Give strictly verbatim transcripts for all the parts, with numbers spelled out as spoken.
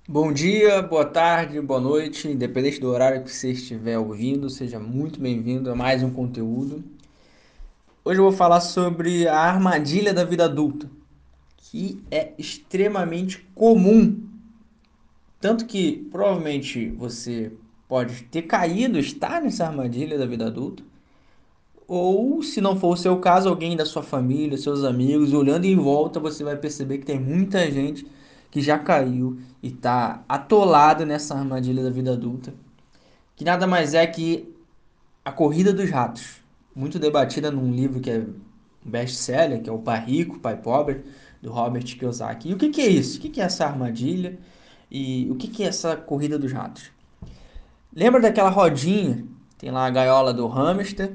Bom dia, boa tarde, boa noite, independente do horário que você estiver ouvindo, seja muito bem-vindo a mais um conteúdo. Hoje eu vou falar sobre a armadilha da vida adulta, que é extremamente comum, tanto que provavelmente você pode ter caído, estar nessa armadilha da vida adulta, ou se não for o seu caso, alguém da sua família, seus amigos, olhando em volta, você vai perceber que tem muita gente que já caiu e está atolado nessa armadilha da vida adulta, que nada mais é que A Corrida dos Ratos, muito debatida num livro que é um best-seller, que é o Pai Rico, Pai Pobre, do Robert Kiyosaki. E o que que é isso? O que que é essa armadilha? E o que que é essa Corrida dos Ratos? Lembra daquela rodinha? Tem lá a gaiola do hamster,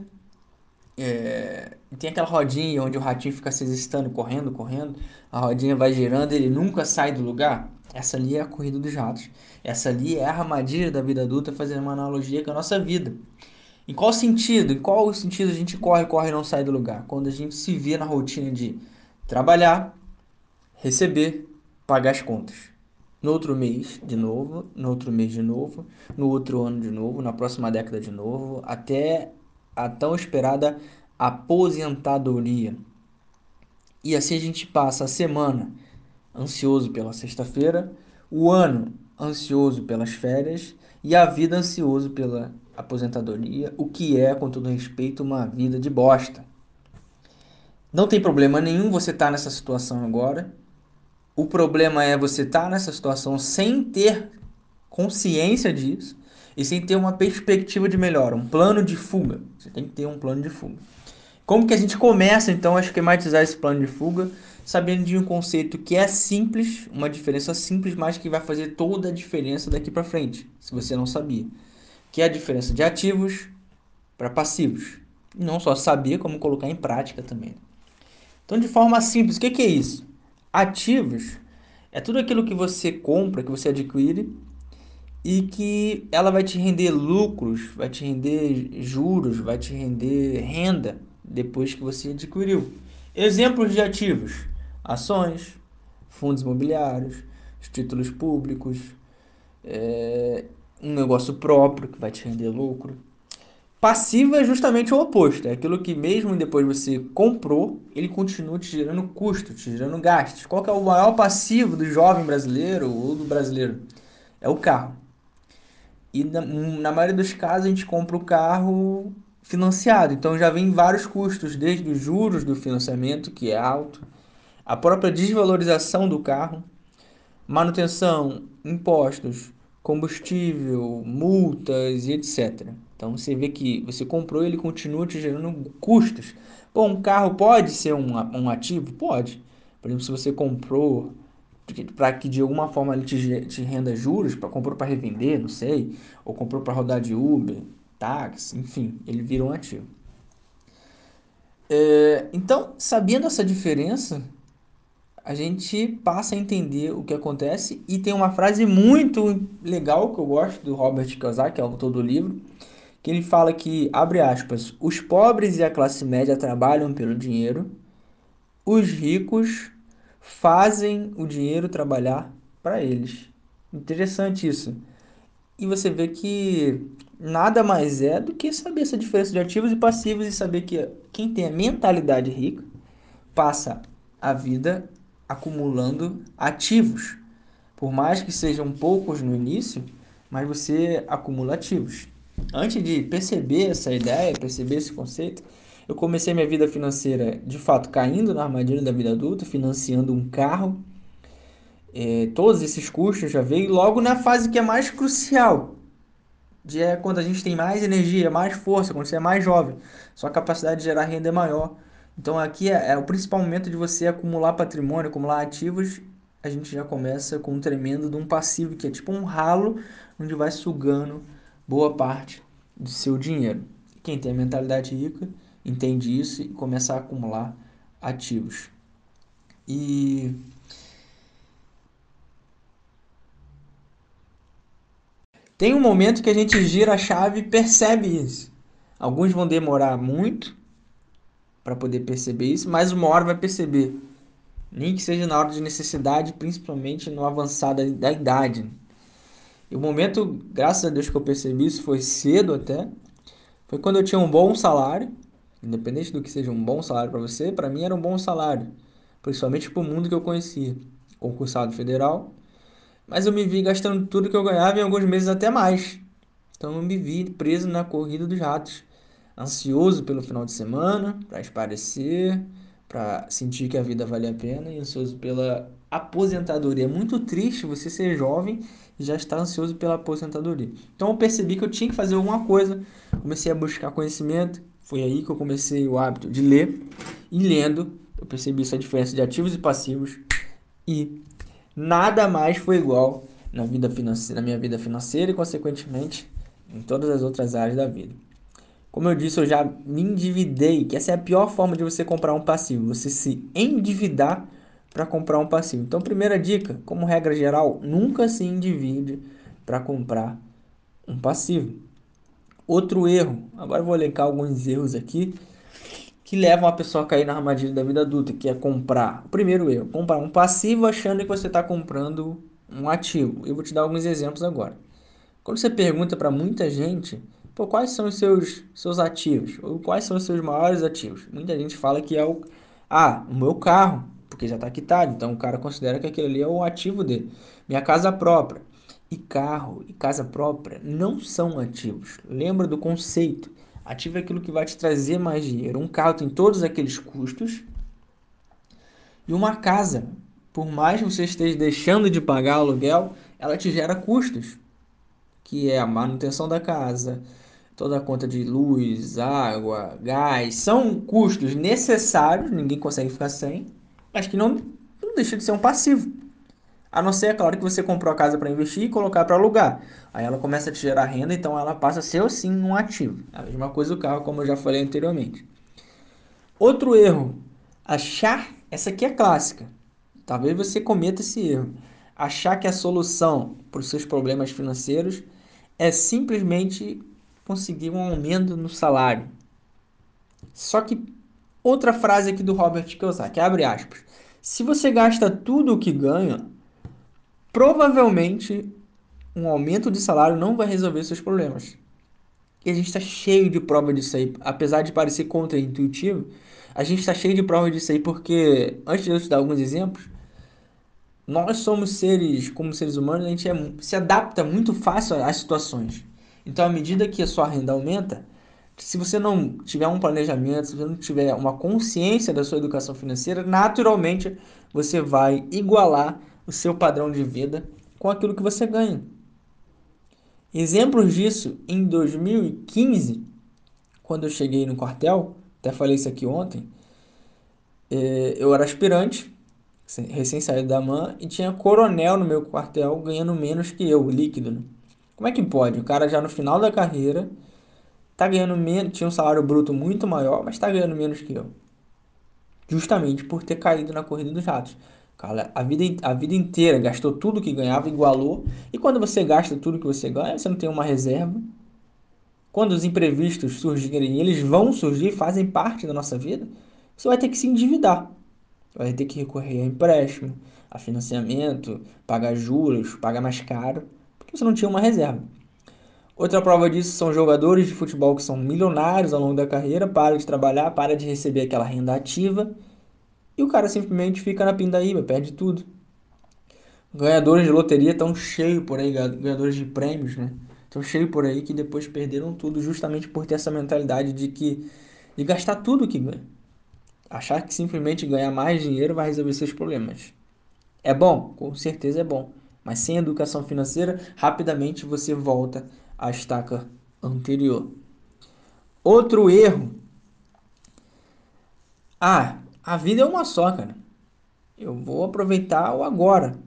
e tem aquela rodinha onde o ratinho fica se exercitando, correndo, correndo. A rodinha vai girando, ele nunca sai do lugar. Essa ali é a Corrida dos Ratos. Essa ali é a armadilha da vida adulta, fazendo uma analogia com a nossa vida. Em qual sentido? Em qual sentido a gente corre, corre e não sai do lugar? Quando a gente se vê na rotina de trabalhar, receber, pagar as contas. No outro mês, de novo, no outro mês de novo, no outro ano de novo, na próxima década de novo, até a tão esperada aposentadoria. E assim a gente passa a semana ansioso pela sexta-feira, o ano ansioso pelas férias e a vida ansioso pela aposentadoria, o que é, com todo respeito, uma vida de bosta. Não tem problema nenhum você estar nessa situação agora. O problema é você estar nessa situação sem ter consciência disso e sem ter uma perspectiva de melhora, um plano de fuga. Você tem que ter um plano de fuga. Como que a gente começa então a esquematizar esse plano de fuga, sabendo de um conceito que é simples, uma diferença simples, mas que vai fazer toda a diferença daqui para frente, se você não sabia, que é a diferença de ativos para passivos. E não só saber, como colocar em prática também. Então, de forma simples, o que que é isso? Ativos é tudo aquilo que você compra, que você adquire e que ela vai te render lucros, vai te render juros, vai te render renda depois que você adquiriu. Exemplos de ativos: ações, fundos imobiliários, os títulos públicos, é, um negócio próprio que vai te render lucro. Passivo é justamente o oposto, é aquilo que mesmo depois você comprou, ele continua te gerando custo, te gerando gastos. Qual que é o maior passivo do jovem brasileiro ou do brasileiro? É o carro. E na, na maioria dos casos a gente compra o carro financiado, então já vem vários custos, desde os juros do financiamento, que é alto, a própria desvalorização do carro, manutenção, impostos, combustível, multas e etcétera. Então você vê que você comprou e ele continua te gerando custos. Bom, um carro pode ser um, um ativo? Pode. Por exemplo, se você comprou para que de alguma forma ele te, te renda juros, pra, comprou para revender, não sei, ou comprou para rodar de Uber, táxi, enfim, ele vira um ativo. É, então, sabendo essa diferença, a gente passa a entender o que acontece e tem uma frase muito legal que eu gosto do Robert Kiyosaki, que é o autor do livro, que ele fala que, abre aspas, os pobres e a classe média trabalham pelo dinheiro, os ricos fazem o dinheiro trabalhar para eles. Interessante isso. E você vê que nada mais é do que saber essa diferença de ativos e passivos e saber que quem tem a mentalidade rica passa a vida acumulando ativos. Por mais que sejam poucos no início, mas você acumula ativos. Antes de perceber essa ideia, perceber esse conceito, eu comecei minha vida financeira de fato caindo na armadilha da vida adulta, financiando um carro. Eh, todos esses custos já veio logo na fase que é mais crucial, de é quando a gente tem mais energia, mais força, quando você é mais jovem, sua capacidade de gerar renda é maior. Então aqui é, é o principal momento de você acumular patrimônio, acumular ativos. A gente já começa com um tremendo de um passivo, que é tipo um ralo onde vai sugando boa parte do seu dinheiro. Quem tem a mentalidade rica entende isso e começa a acumular ativos. E tem um momento que a gente gira a chave e percebe isso. Alguns vão demorar muito para poder perceber isso, mas uma hora vai perceber. Nem que seja na hora de necessidade, principalmente no avançar da, da idade. E o momento, graças a Deus que eu percebi isso, foi cedo até, foi quando eu tinha um bom salário, independente do que seja um bom salário para você, para mim era um bom salário, principalmente para o mundo que eu conhecia, concursado federal, mas eu me vi gastando tudo que eu ganhava em alguns meses até mais. Então eu me vi preso na corrida dos ratos, ansioso pelo final de semana, para espairecer, para sentir que a vida vale a pena e ansioso pela aposentadoria. É muito triste você ser jovem e já estar ansioso pela aposentadoria. Então eu percebi que eu tinha que fazer alguma coisa, comecei a buscar conhecimento, foi aí que eu comecei o hábito de ler, e lendo eu percebi essa diferença de ativos e passivos, e nada mais foi igual na vida financeira, na minha vida financeira e, consequentemente, em todas as outras áreas da vida. Como eu disse, eu já me endividei, que essa é a pior forma de você comprar um passivo, você se endividar para comprar um passivo. Então, primeira dica, como regra geral, nunca se endivide para comprar um passivo. Outro erro, agora eu vou elencar alguns erros aqui que levam a pessoa a cair na armadilha da vida adulta, que é comprar. O primeiro erro, comprar um passivo achando que você está comprando um ativo. Eu vou te dar alguns exemplos agora. Quando você pergunta para muita gente, pô, quais são os seus, seus ativos? Ou quais são os seus maiores ativos? Muita gente fala que é o, ah, o meu carro, porque já está quitado. Então o cara considera que aquele ali é o ativo dele. Minha casa própria. E carro e casa própria não são ativos. Lembra do conceito. Ativo é aquilo que vai te trazer mais dinheiro. Um carro tem todos aqueles custos. E uma casa, por mais que você esteja deixando de pagar aluguel, ela te gera custos, que é a manutenção da casa, toda a conta de luz, água, gás, são custos necessários, ninguém consegue ficar sem, mas que não, não deixa de ser um passivo. A não ser, é claro, que você comprou a casa para investir e colocar para alugar. Aí ela começa a te gerar renda, então ela passa a ser sim um ativo. A mesma coisa o carro, como eu já falei anteriormente. Outro erro, achar, essa aqui é clássica. Talvez você cometa esse erro. Achar que a solução para os seus problemas financeiros é simplesmente conseguir um aumento no salário. Só que outra frase aqui do Robert Kiyosaki, abre aspas. Se você gasta tudo o que ganha, provavelmente um aumento de salário não vai resolver seus problemas. E a gente está cheio de prova disso aí, apesar de parecer contraintuitivo, a gente está cheio de prova disso aí porque, antes de eu te dar alguns exemplos, nós somos seres, como seres humanos, a gente é, se adapta muito fácil às situações. Então, à medida que a sua renda aumenta, se você não tiver um planejamento, se você não tiver uma consciência da sua educação financeira, naturalmente você vai igualar o seu padrão de vida com aquilo que você ganha. Exemplos disso, em dois mil e quinze, quando eu cheguei no quartel, até falei isso aqui ontem, eh, eu era aspirante, recém saído da M A N, e tinha coronel no meu quartel ganhando menos que eu, líquido, né? Como é que pode? O cara já no final da carreira tá ganhando menos, tinha um salário bruto muito maior, mas tá ganhando menos que eu. Justamente por ter caído na corrida dos ratos. Cara, a vida, a vida inteira gastou tudo que ganhava, igualou. E quando você gasta tudo que você ganha, você não tem uma reserva. Quando os imprevistos surgirem, eles vão surgir, fazem parte da nossa vida, você vai ter que se endividar. Vai ter que recorrer a empréstimo, a financiamento, pagar juros, pagar mais caro, porque você não tinha uma reserva. Outra prova disso são jogadores de futebol que são milionários ao longo da carreira, para de trabalhar, para de receber aquela renda ativa, e o cara simplesmente fica na pindaíba, perde tudo. Ganhadores de loteria estão cheios por aí, ganhadores de prêmios, né? Estão cheios por aí que depois perderam tudo justamente por ter essa mentalidade de que de gastar tudo que ganha. Achar que simplesmente ganhar mais dinheiro vai resolver seus problemas. É bom? Com certeza é bom. Mas sem educação financeira, rapidamente você volta à estaca anterior. Outro erro. Ah, a vida é uma só, cara. Eu vou aproveitar o agora.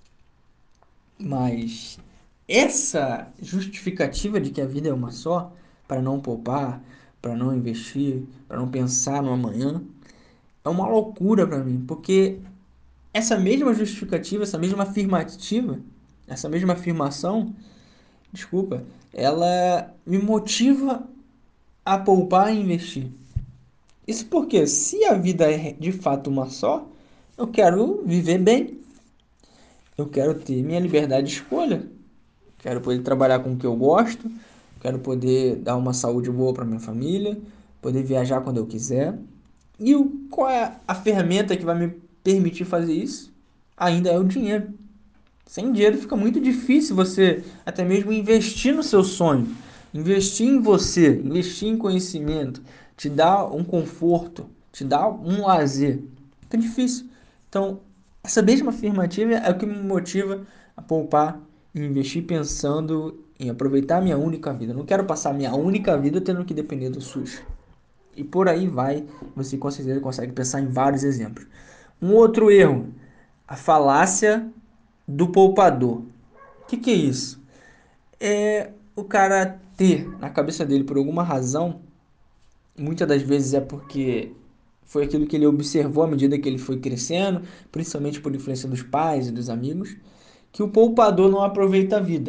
Mas essa justificativa de que a vida é uma só, para não poupar, para não investir, para não pensar no amanhã, é uma loucura para mim, porque essa mesma justificativa, essa mesma afirmativa, essa mesma afirmação, desculpa, ela me motiva a poupar e investir. Isso porque, se a vida é de fato uma só, eu quero viver bem, eu quero ter minha liberdade de escolha, quero poder trabalhar com o que eu gosto, quero poder dar uma saúde boa para minha família, poder viajar quando eu quiser. E o, qual é a ferramenta que vai me permitir fazer isso? Ainda é o dinheiro. Sem dinheiro fica muito difícil você até mesmo investir no seu sonho, investir em você, investir em conhecimento, te dá um conforto, te dá um lazer. Fica difícil. Então, essa mesma afirmativa é o que me motiva a poupar e investir pensando em aproveitar a minha única vida. Eu não quero passar a minha única vida tendo que depender do SUS. E por aí vai, você com certeza consegue pensar em vários exemplos. Um outro erro, a falácia do poupador. O que, que é isso? É o cara ter na cabeça dele, por alguma razão, muitas das vezes é porque foi aquilo que ele observou à medida que ele foi crescendo, principalmente por influência dos pais e dos amigos, que o poupador não aproveita a vida.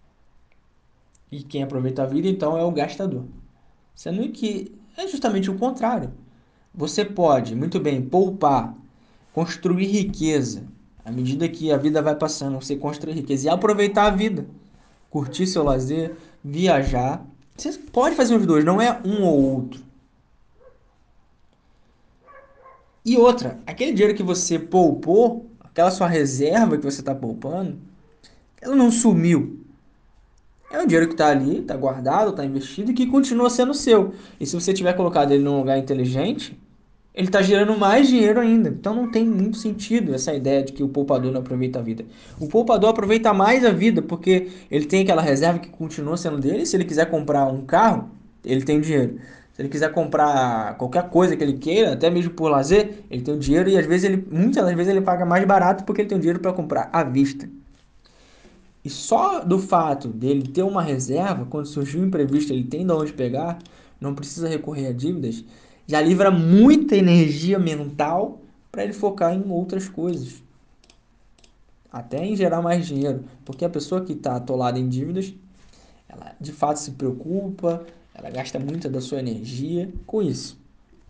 E quem aproveita a vida, então, é o gastador. Sendo que é justamente o contrário. Você pode, muito bem, poupar, construir riqueza. À medida que a vida vai passando, você construir riqueza e aproveitar a vida. Curtir seu lazer, viajar. Você pode fazer os dois, não é um ou outro. E outra, aquele dinheiro que você poupou, aquela sua reserva que você está poupando, ela não sumiu. É um dinheiro que está ali, está guardado, está investido e que continua sendo seu. E se você tiver colocado ele num lugar inteligente, ele está gerando mais dinheiro ainda. Então não tem muito sentido essa ideia de que o poupador não aproveita a vida. O poupador aproveita mais a vida porque ele tem aquela reserva que continua sendo dele. Se ele quiser comprar um carro, ele tem o dinheiro. Se ele quiser comprar qualquer coisa que ele queira, até mesmo por lazer, ele tem o dinheiro e às vezes ele, muitas das vezes ele paga mais barato porque ele tem o dinheiro para comprar à vista. E só do fato dele ter uma reserva, quando surgir um imprevisto, ele tem de onde pegar, não precisa recorrer a dívidas, já livra muita energia mental para ele focar em outras coisas, até em gerar mais dinheiro, porque a pessoa que está atolada em dívidas, ela de fato se preocupa, ela gasta muita da sua energia com isso.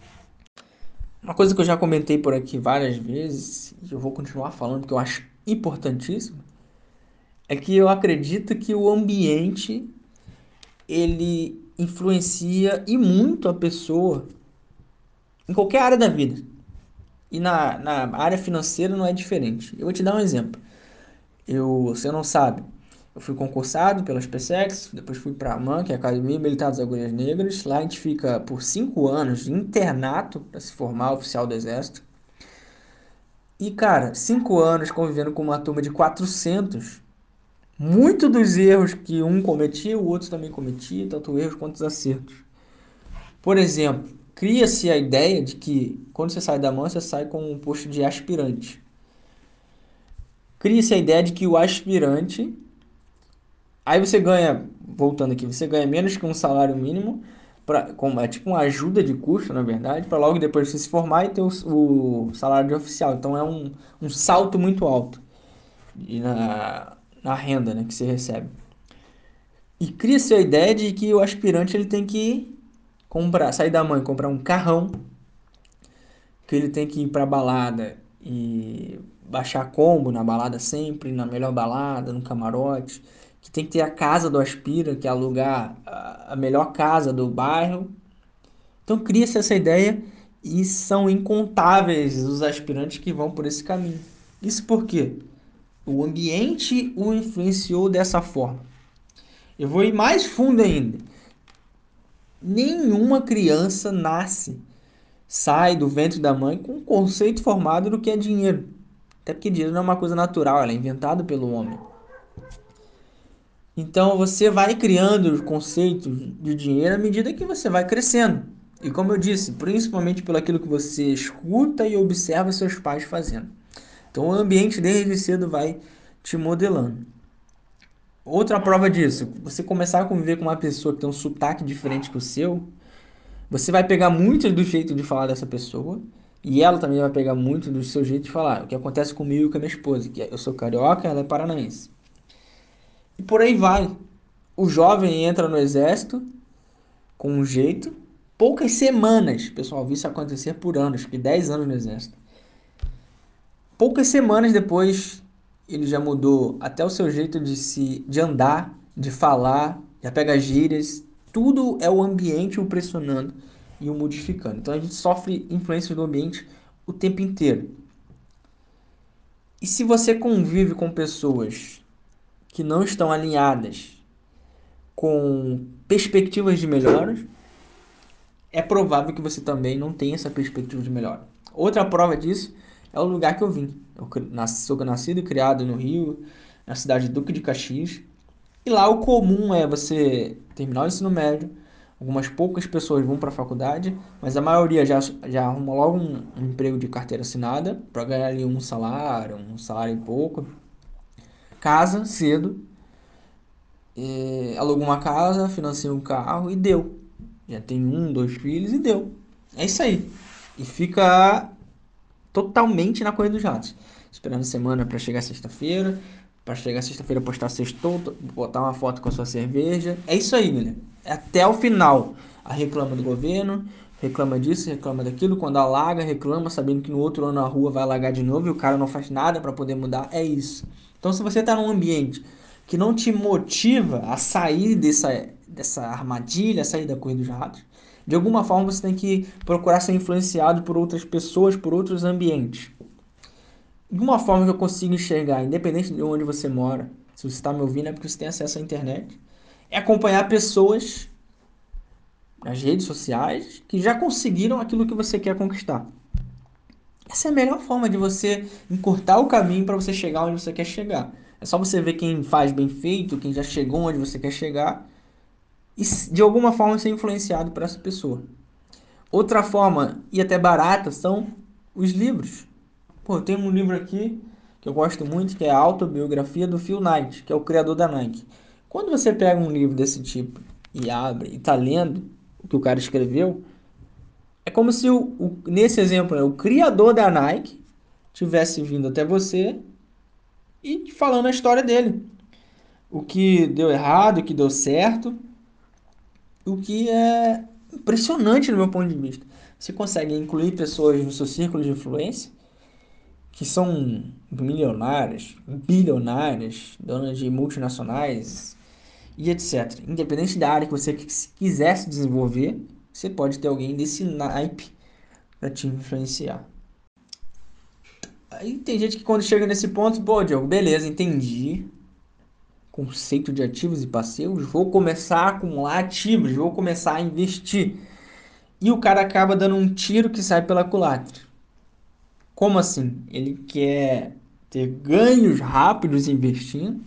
Uma coisa que eu já comentei por aqui várias vezes, e eu vou continuar falando porque eu acho importantíssimo, é que eu acredito que o ambiente ele influencia e muito a pessoa em qualquer área da vida. E na, na área financeira não é diferente. Eu vou te dar um exemplo. Eu, você não sabe, eu fui concursado pela SpaceX, depois fui para a AMAN, que é a Academia Militar das Agulhas Negras. Lá a gente fica por cinco anos de internato para se formar oficial do Exército. E, cara, cinco anos convivendo com uma turma de quatrocentos. Muitos dos erros que um cometia, o outro também cometia, tanto erros quanto os acertos. Por exemplo, cria-se a ideia de que quando você sai da mão, você sai com um posto de aspirante. Cria-se a ideia de que o aspirante. Aí você ganha, voltando aqui, você ganha menos que um salário mínimo, pra, com, é tipo uma ajuda de custo, na verdade, para logo depois você se formar e ter o, o salário de oficial. Então é um, um salto muito alto e na, na renda, né, que você recebe. E cria-se a ideia de que o aspirante ele tem que comprar, sair da mãe, comprar um carrão, que ele tem que ir pra balada e baixar combo na balada sempre, na melhor balada, no camarote, que tem que ter a casa do aspira, que é alugar a a melhor casa do bairro. Então cria-se essa ideia e são incontáveis os aspirantes que vão por esse caminho. Isso porque o ambiente o influenciou dessa forma. Eu vou ir mais fundo ainda. Nenhuma criança nasce, sai do ventre da mãe com um conceito formado do que é dinheiro. Até porque dinheiro não é uma coisa natural, ela é inventada pelo homem. Então você vai criando os conceitos de dinheiro à medida que você vai crescendo. E como eu disse, principalmente pelo aquilo que você escuta e observa seus pais fazendo. Então o ambiente desde cedo vai te modelando. Outra prova disso, você começar a conviver com uma pessoa que tem um sotaque diferente que o seu, você vai pegar muito do jeito de falar dessa pessoa e ela também vai pegar muito do seu jeito de falar. O que acontece comigo e com a minha esposa, que eu sou carioca, ela é paranaense. E por aí vai. O jovem entra no exército com um jeito, poucas semanas, pessoal, vi isso acontecer por anos, que dez anos no exército. Poucas semanas depois ele já mudou até o seu jeito de se, de andar, de falar, já pega gírias, tudo é o ambiente o pressionando e o modificando. Então a gente sofre influências do ambiente o tempo inteiro. E se você convive com pessoas que não estão alinhadas com perspectivas de melhoras, é provável que você também não tenha essa perspectiva de melhora. Outra prova disso é o lugar que eu vim. Eu nasci, sou nascido e criado no Rio, na cidade de Duque de Caxias. E lá o comum é você terminar o ensino médio, algumas poucas pessoas vão para a faculdade, mas a maioria já, já arruma logo um, um emprego de carteira assinada para ganhar ali um salário, um salário e pouco. Casa cedo, eh, aluga uma casa, financia um carro e deu. Já tem um, dois filhos e deu. É isso aí. E fica totalmente na corrida dos ratos. Esperando semana para chegar sexta-feira, para chegar sexta-feira postar sextou, botar uma foto com a sua cerveja. É isso aí, galera. É até o final. A reclama do governo, reclama disso, reclama daquilo. Quando alaga, reclama, sabendo que no outro ano a rua vai alagar de novo e o cara não faz nada para poder mudar. É isso. Então, se você está num ambiente que não te motiva a sair dessa, dessa armadilha, a sair da corrida dos ratos, de alguma forma você tem que procurar ser influenciado por outras pessoas, por outros ambientes. De uma forma que eu consigo enxergar, independente de onde você mora, se você está me ouvindo é porque você tem acesso à internet, é acompanhar pessoas nas redes sociais que já conseguiram aquilo que você quer conquistar. Essa é a melhor forma de você encurtar o caminho para você chegar onde você quer chegar. É só você ver quem faz bem feito, quem já chegou onde você quer chegar e de alguma forma ser influenciado por essa pessoa. Outra forma, e até barata, são os livros. Pô, eu tenho um livro aqui que eu gosto muito, que é a autobiografia do Phil Knight, que é o criador da Nike. Quando você pega um livro desse tipo e abre e tá lendo o que o cara escreveu, é como se, o, o- nesse exemplo, né, o criador da Nike tivesse vindo até você e falando a história dele. O que deu errado, o que deu certo, o que é impressionante no meu ponto de vista. Você consegue incluir pessoas no seu círculo de influência que são milionárias, bilionárias, donas de multinacionais e etcétera. Independente da área que você quiser se desenvolver, você pode ter alguém desse naipe para te influenciar. Aí tem gente que quando chega nesse ponto, pô, Diogo, beleza, entendi. Conceito de ativos e passivos, vou começar a acumular ativos, vou começar a investir. E o cara acaba dando um tiro que sai pela culatra. Como assim? Ele quer ter ganhos rápidos investindo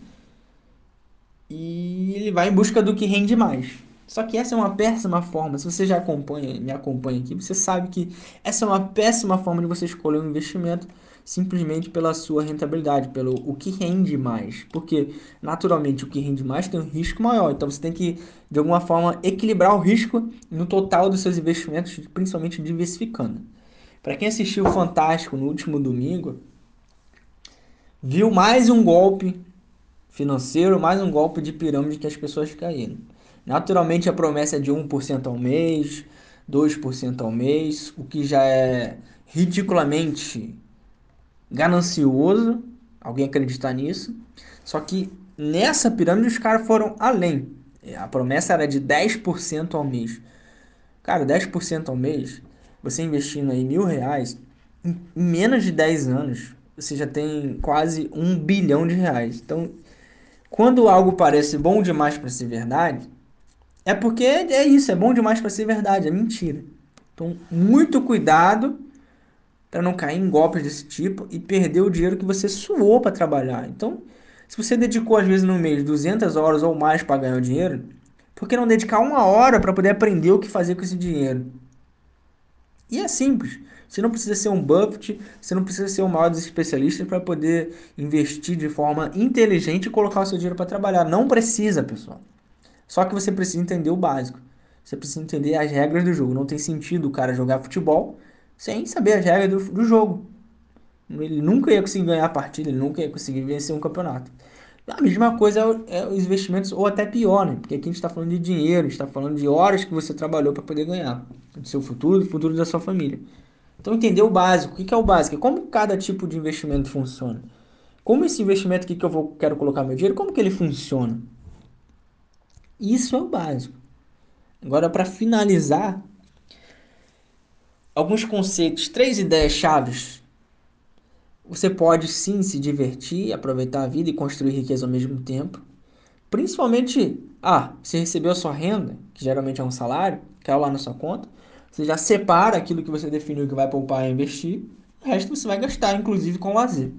e ele vai em busca do que rende mais. Só que essa é uma péssima forma. Se você já acompanha, me acompanha aqui, você sabe que essa é uma péssima forma de você escolher um investimento simplesmente pela sua rentabilidade, pelo o que rende mais. Porque, naturalmente, o que rende mais tem um risco maior. Então, você tem que, de alguma forma, equilibrar o risco no total dos seus investimentos, principalmente diversificando. Para quem assistiu o Fantástico no último domingo, viu mais um golpe financeiro, mais um golpe de pirâmide que as pessoas caíram. Naturalmente a promessa é de um por cento ao mês, dois por cento ao mês, o que já é ridiculamente ganancioso, alguém acreditar nisso. Só que nessa pirâmide os caras foram além. A promessa era de dez por cento ao mês. Cara, dez por cento ao mês, você investindo aí mil reais, em menos de dez anos, você já tem quase um bilhão de reais. Então, quando algo parece bom demais para ser verdade, é porque é isso, é bom demais para ser verdade, é mentira. Então, muito cuidado para não cair em golpes desse tipo e perder o dinheiro que você suou para trabalhar. Então, se você dedicou às vezes no mês duzentas horas ou mais para ganhar o dinheiro, por que não dedicar uma hora para poder aprender o que fazer com esse dinheiro? E é simples. Você não precisa ser um Buffett, você não precisa ser o maior dos especialistas para poder investir de forma inteligente e colocar o seu dinheiro para trabalhar. Não precisa, pessoal. Só que você precisa entender o básico. Você precisa entender as regras do jogo. Não tem sentido o cara jogar futebol sem saber as regras do, do jogo. Ele nunca ia conseguir ganhar a partida, ele nunca ia conseguir vencer um campeonato. A mesma coisa é, o- é os investimentos, ou até pior, né? Porque aqui a gente está falando de dinheiro, a gente está falando de horas que você trabalhou para poder ganhar. Do seu futuro, do futuro da sua família. Então, entender o básico. O que que é o básico? Como cada tipo de investimento funciona? Como esse investimento aqui que eu vou, quero colocar meu dinheiro, como que ele funciona? Isso é o básico. Agora, para finalizar, alguns conceitos, três ideias chaves. Você pode sim se divertir, aproveitar a vida e construir riqueza ao mesmo tempo. Principalmente, ah, você recebeu a sua renda, que geralmente é um salário, caiu lá na sua conta. Você já separa aquilo que você definiu que vai poupar e investir. O resto você vai gastar, inclusive com lazer.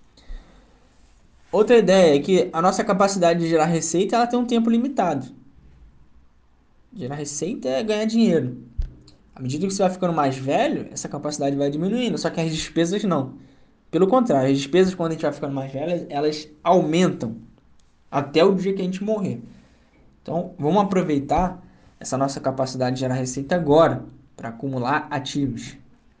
Outra ideia é que a nossa capacidade de gerar receita ela tem um tempo limitado. Gerar receita é ganhar dinheiro. À medida que você vai ficando mais velho, essa capacidade vai diminuindo, só que as despesas não. Pelo contrário, as despesas quando a gente vai ficando mais velho, elas aumentam até o dia que a gente morrer. Então, vamos aproveitar essa nossa capacidade de gerar receita agora para acumular ativos.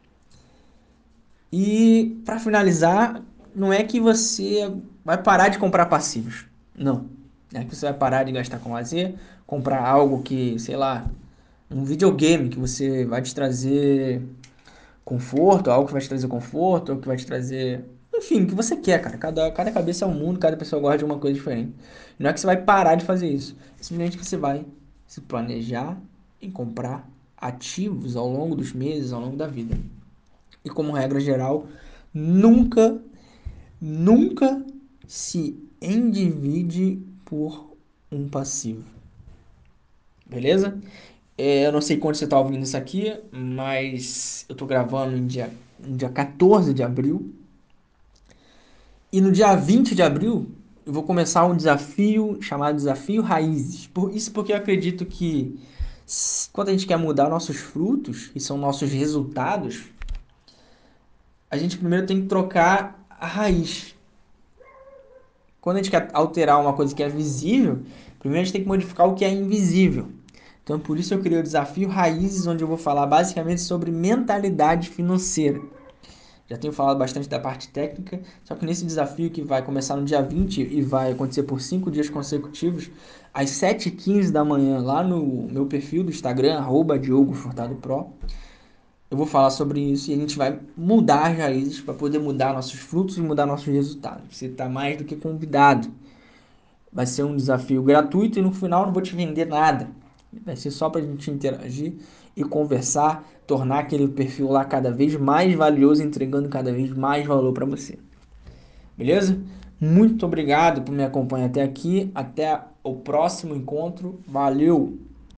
E para finalizar, não é que você vai parar de comprar passivos. Não. Não é que você vai parar de gastar com lazer, comprar algo que, sei lá, um videogame que você vai te trazer conforto, algo que vai te trazer conforto, algo que vai te trazer. Enfim, o que você quer, cara. Cada, cada cabeça é um mundo, cada pessoa gosta de uma coisa diferente. Não é que você vai parar de fazer isso. É simplesmente que você vai se planejar em comprar ativos ao longo dos meses, ao longo da vida. E como regra geral, nunca, nunca se endivide por um passivo. Beleza? É, eu não sei quando você está ouvindo isso aqui, mas eu estou gravando em dia, em dia quatorze de abril. E no dia vinte de abril, eu vou começar um desafio chamado Desafio Raízes. Por, isso porque eu acredito que s- quando a gente quer mudar nossos frutos, e são nossos resultados, a gente primeiro tem que trocar a raiz. Quando a gente quer alterar uma coisa que é visível, primeiro a gente tem que modificar o que é invisível. Então, por isso eu criei o Desafio Raízes, onde eu vou falar basicamente sobre mentalidade financeira. Já tenho falado bastante da parte técnica, só que nesse desafio que vai começar no dia vinte e vai acontecer por cinco dias consecutivos, às sete e quinze da manhã, lá no meu perfil do Instagram, arroba Diogo Furtado Pro, eu vou falar sobre isso e a gente vai mudar as raízes para poder mudar nossos frutos e mudar nossos resultados. Você está mais do que convidado. Vai ser um desafio gratuito e no final não vou te vender nada. Vai ser só para a gente interagir e conversar, tornar aquele perfil lá cada vez mais valioso, entregando cada vez mais valor para você. Beleza? Muito obrigado por me acompanhar até aqui. Até o próximo encontro. Valeu!